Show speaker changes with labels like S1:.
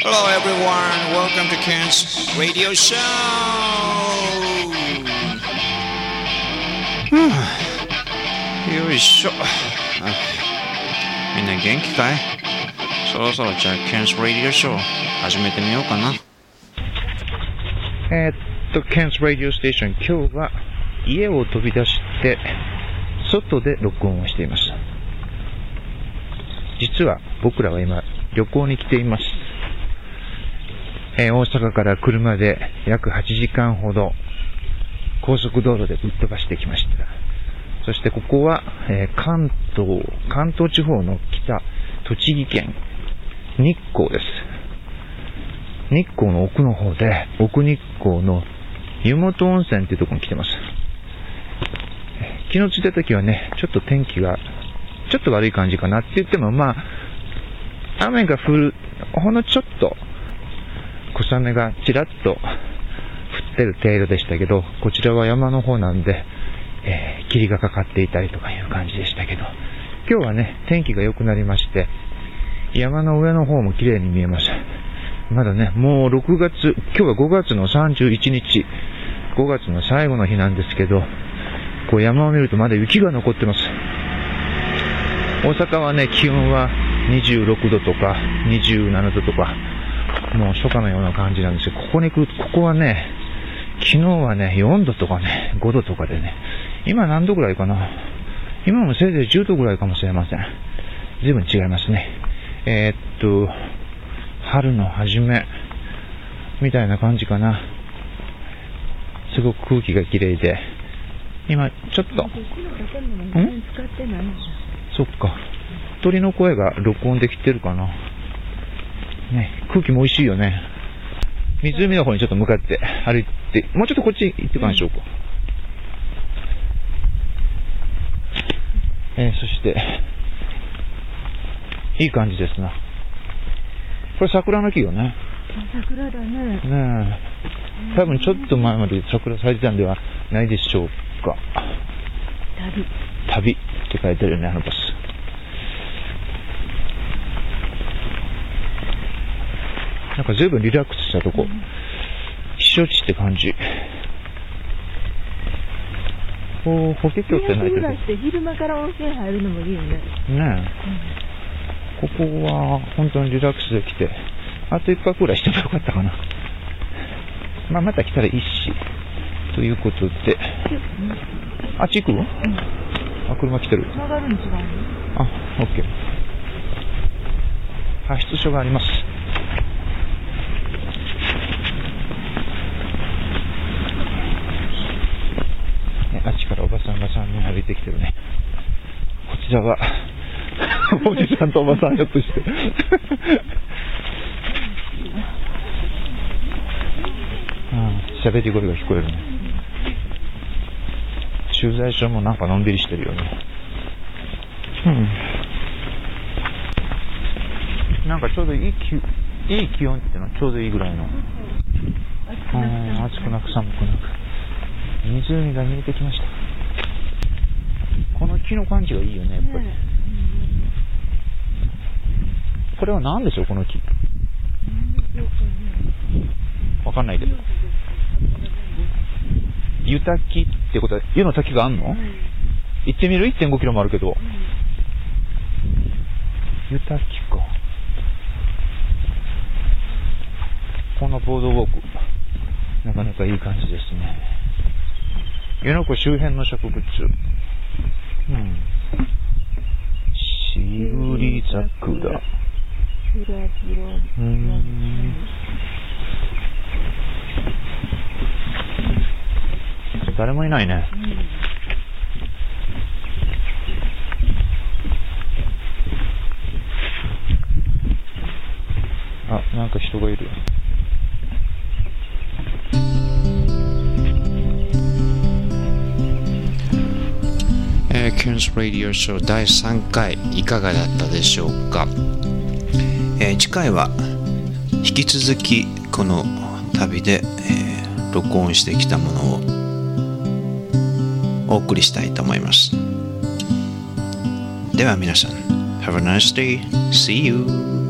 S1: Hello everyone, welcome to Ken's Radio Show! よいしょ。みんな元気かい？そろそろじゃあ Ken's Radio Show 始めてみようかな。
S2: Ken's Radio Station 今日は家を飛び出して外で録音をしています。実は僕らは今旅行に来ています。大阪から車で約8時間ほど高速道路でぶっ飛ばしてきました。そしてここは、関東地方の北、栃木県日光です。日光の奥の方で、奥日光の湯本温泉っていうところに来てます。昨日着いた時はね、ちょっと天気がちょっと悪い感じかなって言っても、まあ雨が降るほんのちょっと小雨がちらっと降ってる程度でしたけど、こちらは山の方なんで、霧がかかっていたりとかいう感じでしたけど、今日はね天気が良くなりまして、山の上の方も綺麗に見えます。まだね、もう6月、今日は5月の31日、5月の最後の日なんですけど、こう山を見るとまだ雪が残ってます。大阪はね、気温は26度とか27度とか、もう初夏のような感じなんですよ。ここに来ると、ここはね、昨日はね、4度とかね、5度とかでね、今何度ぐらいかな。今もせいぜい10度ぐらいかもしれません。随分違いますね。春の初めみたいな感じかな。すごく空気が綺麗で、今ちょっとそっか、鳥の声が録音できてるかなね。空気も美味しいよね。湖の方にちょっと向かって歩いて、もうちょっとこっち行ってかんでしょうか。そしていい感じですな。これ桜の木よね。
S3: 桜だね。
S2: ねえ、多分ちょっと前まで桜咲いてたんではないでしょうか。旅って書いてるよね、あのバス。なんか随分リラックスしたとこ、避暑地って感じ。法華経ってないけど、
S3: 昼間から温泉入るのもいいよね。
S2: ねえ、ここは本当にリラックスできて、あと1泊くらいしてもよかったかな。まあまた来たらいいし、ということで、あっち行く？あ、車来てる。
S3: 曲がるん違うの？
S2: あ、オッケー。派出所があります。あっちからおばさんが3人歩いてきてるね。こちらはおじさんとおばさんひょっとして喋り声が聞こえるね。駐在所もなんかのんびりしてるよね。なんかちょうどいい気温ってのはちょうどいいぐらいの、暑くなく寒くなく湖が見えてきました。この木の感じがいいよね、やっぱり。これは何でしょう、この木。わかんないけど。湯滝ってことは、湯の滝があんの？行ってみる？ 1.5 キロもあるけど。湯滝か。このボードウォーク、なかなかいい感じですね。湯の湖周辺の植物。しぐり桜。誰もいないね。あ、なんか人がいる。
S1: Ken's Radio Show 第3回いかがだったでしょうか。次回は引き続きこの旅で、録音してきたものをお送りしたいと思います。では皆さん Have a nice day. See you.